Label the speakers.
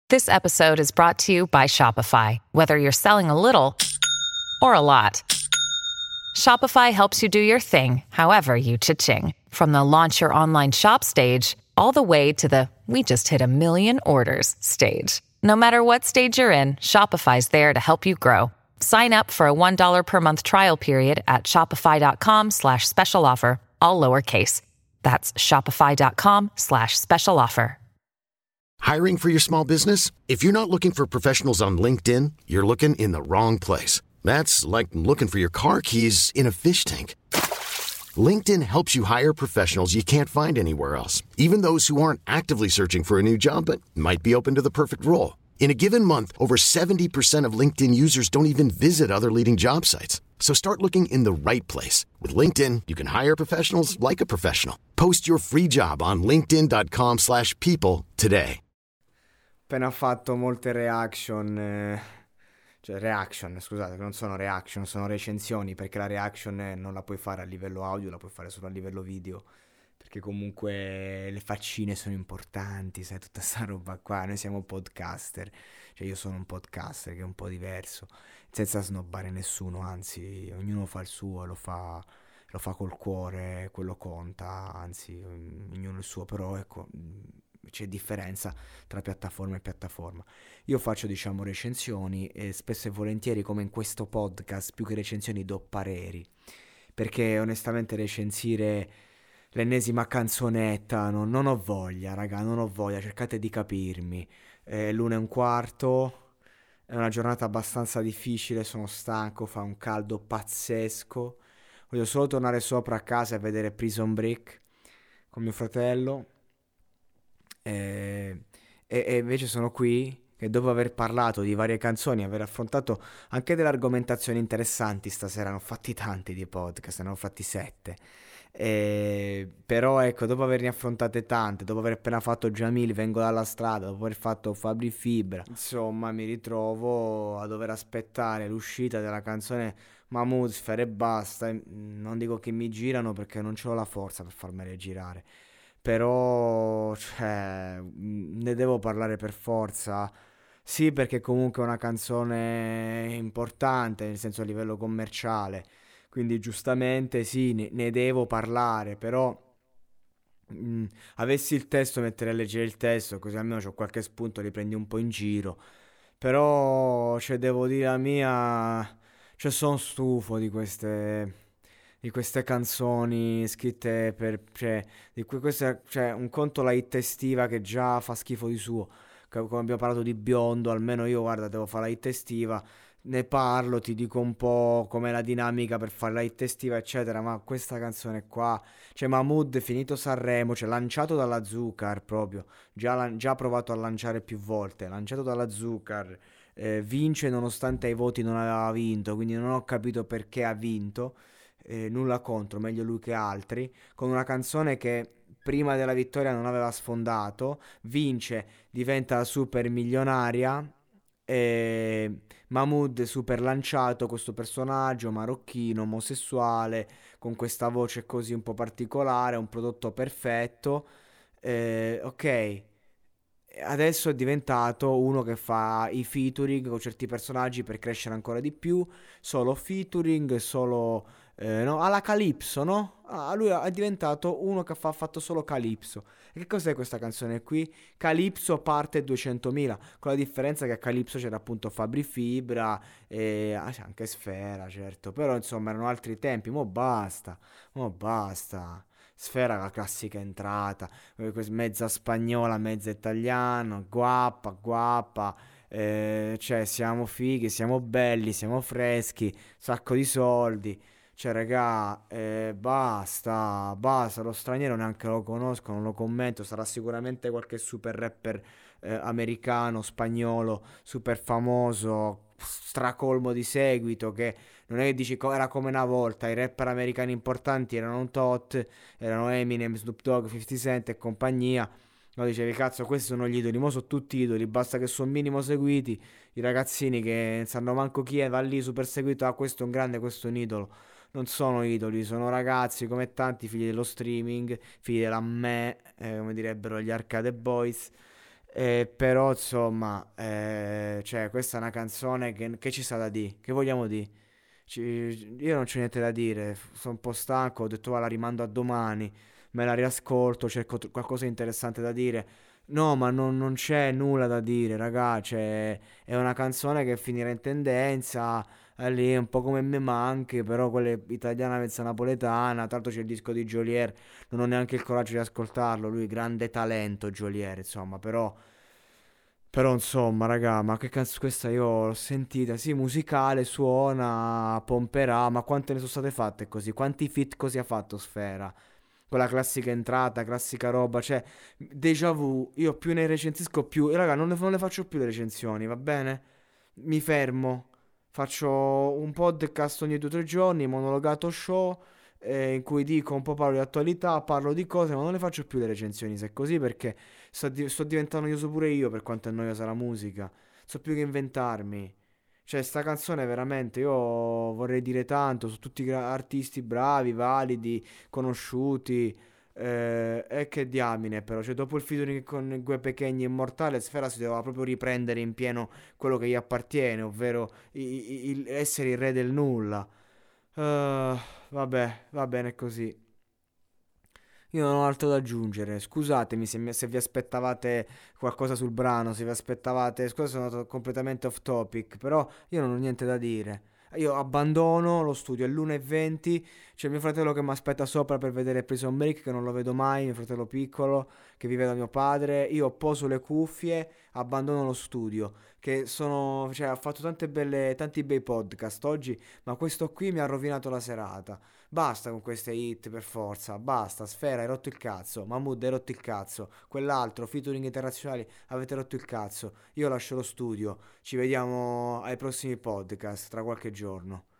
Speaker 1: This episode is brought to you by Shopify. Whether you're selling a little or a lot, Shopify helps you do your thing, however you cha-ching. From the launch your online shop stage, all the way to the we just hit 1 million orders stage. No matter what stage you're in, Shopify's there to help you grow. Sign up for a $1 per month trial period at shopify.com/special offer, all lowercase. That's shopify.com/special offer.
Speaker 2: Hiring for your small business? If you're not looking for professionals on LinkedIn, you're looking in the wrong place. That's like looking for your car keys in a fish tank. LinkedIn helps you hire professionals you can't find anywhere else, even those who aren't actively searching for a new job but might be open to the perfect role. In a given month, over 70% of LinkedIn users don't even visit other leading job sites. So start looking in the right place. With LinkedIn, you can hire professionals like a professional. Post your free job on linkedin.com/people today.
Speaker 3: Appena fatto molte scusate, non sono reaction, sono recensioni, perché la reaction non la puoi fare a livello audio, la puoi fare solo a livello video, perché comunque le faccine sono importanti, sai, tutta sta roba qua. Noi siamo podcaster, cioè io sono un podcaster che è un po' diverso, senza snobbare nessuno, anzi ognuno fa il suo, lo fa col cuore, quello conta, anzi ognuno il suo, però ecco, c'è differenza tra piattaforma e piattaforma. Io faccio, diciamo, recensioni e spesso e volentieri, come in questo podcast, più che recensioni do pareri, perché onestamente recensire l'ennesima canzonetta non ho voglia, raga, non ho voglia, cercate di capirmi. È l'1:15, è una giornata abbastanza difficile, sono stanco, fa un caldo pazzesco, voglio solo tornare sopra a casa e vedere Prison Break con mio fratello. E invece sono qui che, dopo aver parlato di varie canzoni, aver affrontato anche delle argomentazioni interessanti stasera, ne ho fatti tanti di podcast, ne ho fatti 7, però ecco, dopo averne affrontate tante, dopo aver appena fatto Jamil, Vengo dalla strada, dopo aver fatto Fabri Fibra, insomma mi ritrovo a dover aspettare l'uscita della canzone Mahmood, Sfera e Basta. Non dico che mi girano, perché non c'ho la forza per farmele girare, però cioè, ne devo parlare per forza. Sì, perché comunque è una canzone importante, nel senso a livello commerciale, quindi giustamente sì, ne devo parlare, però avessi il testo, metterei a leggere il testo, così almeno c'ho qualche spunto, li prendi un po' in giro. Però, cioè, devo dire la mia, cioè, sono stufo di queste canzoni scritte per, cioè, cioè, un conto la hit estiva che già fa schifo di suo. Come abbiamo parlato di Biondo, almeno io, guarda, devo fare la hit estiva, ne parlo, ti dico un po' com'è la dinamica per fare la hit estiva, eccetera, ma questa canzone qua, cioè Mahmood, finito Sanremo, cioè lanciato dalla Zuccar proprio, già provato a lanciare più volte, lanciato dalla Zuccar, vince nonostante ai voti non aveva vinto, quindi non ho capito perché ha vinto. Nulla contro, meglio lui che altri, con una canzone che prima della vittoria non aveva sfondato, vince, diventa super milionaria, e Mahmood super lanciato, questo personaggio marocchino, omosessuale, con questa voce così un po' particolare, un prodotto perfetto. Ok, adesso è diventato uno che fa i featuring con certi personaggi per crescere ancora di più, solo featuring, solo no, alla Calypso, no? Lui è diventato uno che ha fatto solo Calypso. E che cos'è questa canzone qui? Calypso parte 200.000, con la differenza che a Calypso c'era appunto Fabri Fibra e c'è anche Sfera, certo, però insomma erano altri tempi. Mo' basta, mo' basta. Sfera, la classica entrata, mezza spagnola, mezza italiana, guappa, guappa, cioè siamo fighi, siamo belli, siamo freschi, sacco di soldi, cioè regà, basta, basta, lo straniero neanche lo conosco, non lo commento, sarà sicuramente qualche super rapper americano, spagnolo, super famoso, stracolmo di seguito, che non è che dici era come una volta, i rapper americani importanti erano un tot, erano Eminem, Snoop Dogg, 50 Cent e compagnia. No, dicevi, cazzo, questi sono gli idoli, mo sono tutti idoli, basta che sono minimo seguiti, i ragazzini che non sanno manco chi è, va lì super seguito, ah, questo è un grande, questo è un idolo. Non sono idoli, sono ragazzi come tanti, figli dello streaming, figli della me, come direbbero gli Arcade Boys. Però insomma, cioè, questa è una canzone che ci sta da dire, che vogliamo dire? Io non c'ho niente da dire, sono un po' stanco, ho detto "Va, la rimando a domani, me la riascolto, cerco qualcosa di interessante da dire. No, ma non c'è nulla da dire, raga, cioè, è una canzone che finirà in tendenza, è lì un po' come me manchi, però quella è italiana mezza napoletana, tra l'altro c'è il disco di Geolier, non ho neanche il coraggio di ascoltarlo, lui grande talento Geolier, insomma, però insomma, raga, ma che cazzo questa io l'ho sentita, sì, musicale, suona, pomperà, ma quante ne sono state fatte così? Quanti feat così ha fatto Sfera? Con la classica entrata, classica roba, cioè, déjà vu, io più ne recensisco più, e raga, non le faccio più le recensioni, va bene? Mi fermo, faccio un podcast ogni 2 o 3 giorni, monologato show, in cui dico un po' parlo di attualità, parlo di cose, ma non le faccio più le recensioni, se è così, perché sto diventando noioso pure io per quanto è noiosa la musica. So più che inventarmi. Cioè, sta canzone veramente, io vorrei dire tanto su tutti i artisti bravi, validi, conosciuti. E che diamine, però. Cioè, dopo il featuring con Gue Pequeno e Immortale, Sfera si doveva proprio riprendere in pieno quello che gli appartiene, ovvero essere il re del nulla. Vabbè, va bene così. Io non ho altro da aggiungere. Scusatemi se vi aspettavate qualcosa sul brano, se vi aspettavate. Scusa, sono andato completamente off topic, però io non ho niente da dire. Io abbandono lo studio, è l'1:20. C'è mio fratello che mi aspetta sopra per vedere Prison Break, che non lo vedo mai, mio fratello piccolo, che vive da mio padre. Io poso le cuffie, abbandono lo studio, che sono, cioè, ha fatto tanti bei podcast oggi, ma questo qui mi ha rovinato la serata. Basta con queste hit per forza, basta, Sfera hai rotto il cazzo, Mahmood hai rotto il cazzo, quell'altro, featuring internazionali avete rotto il cazzo, io lascio lo studio, ci vediamo ai prossimi podcast tra qualche giorno.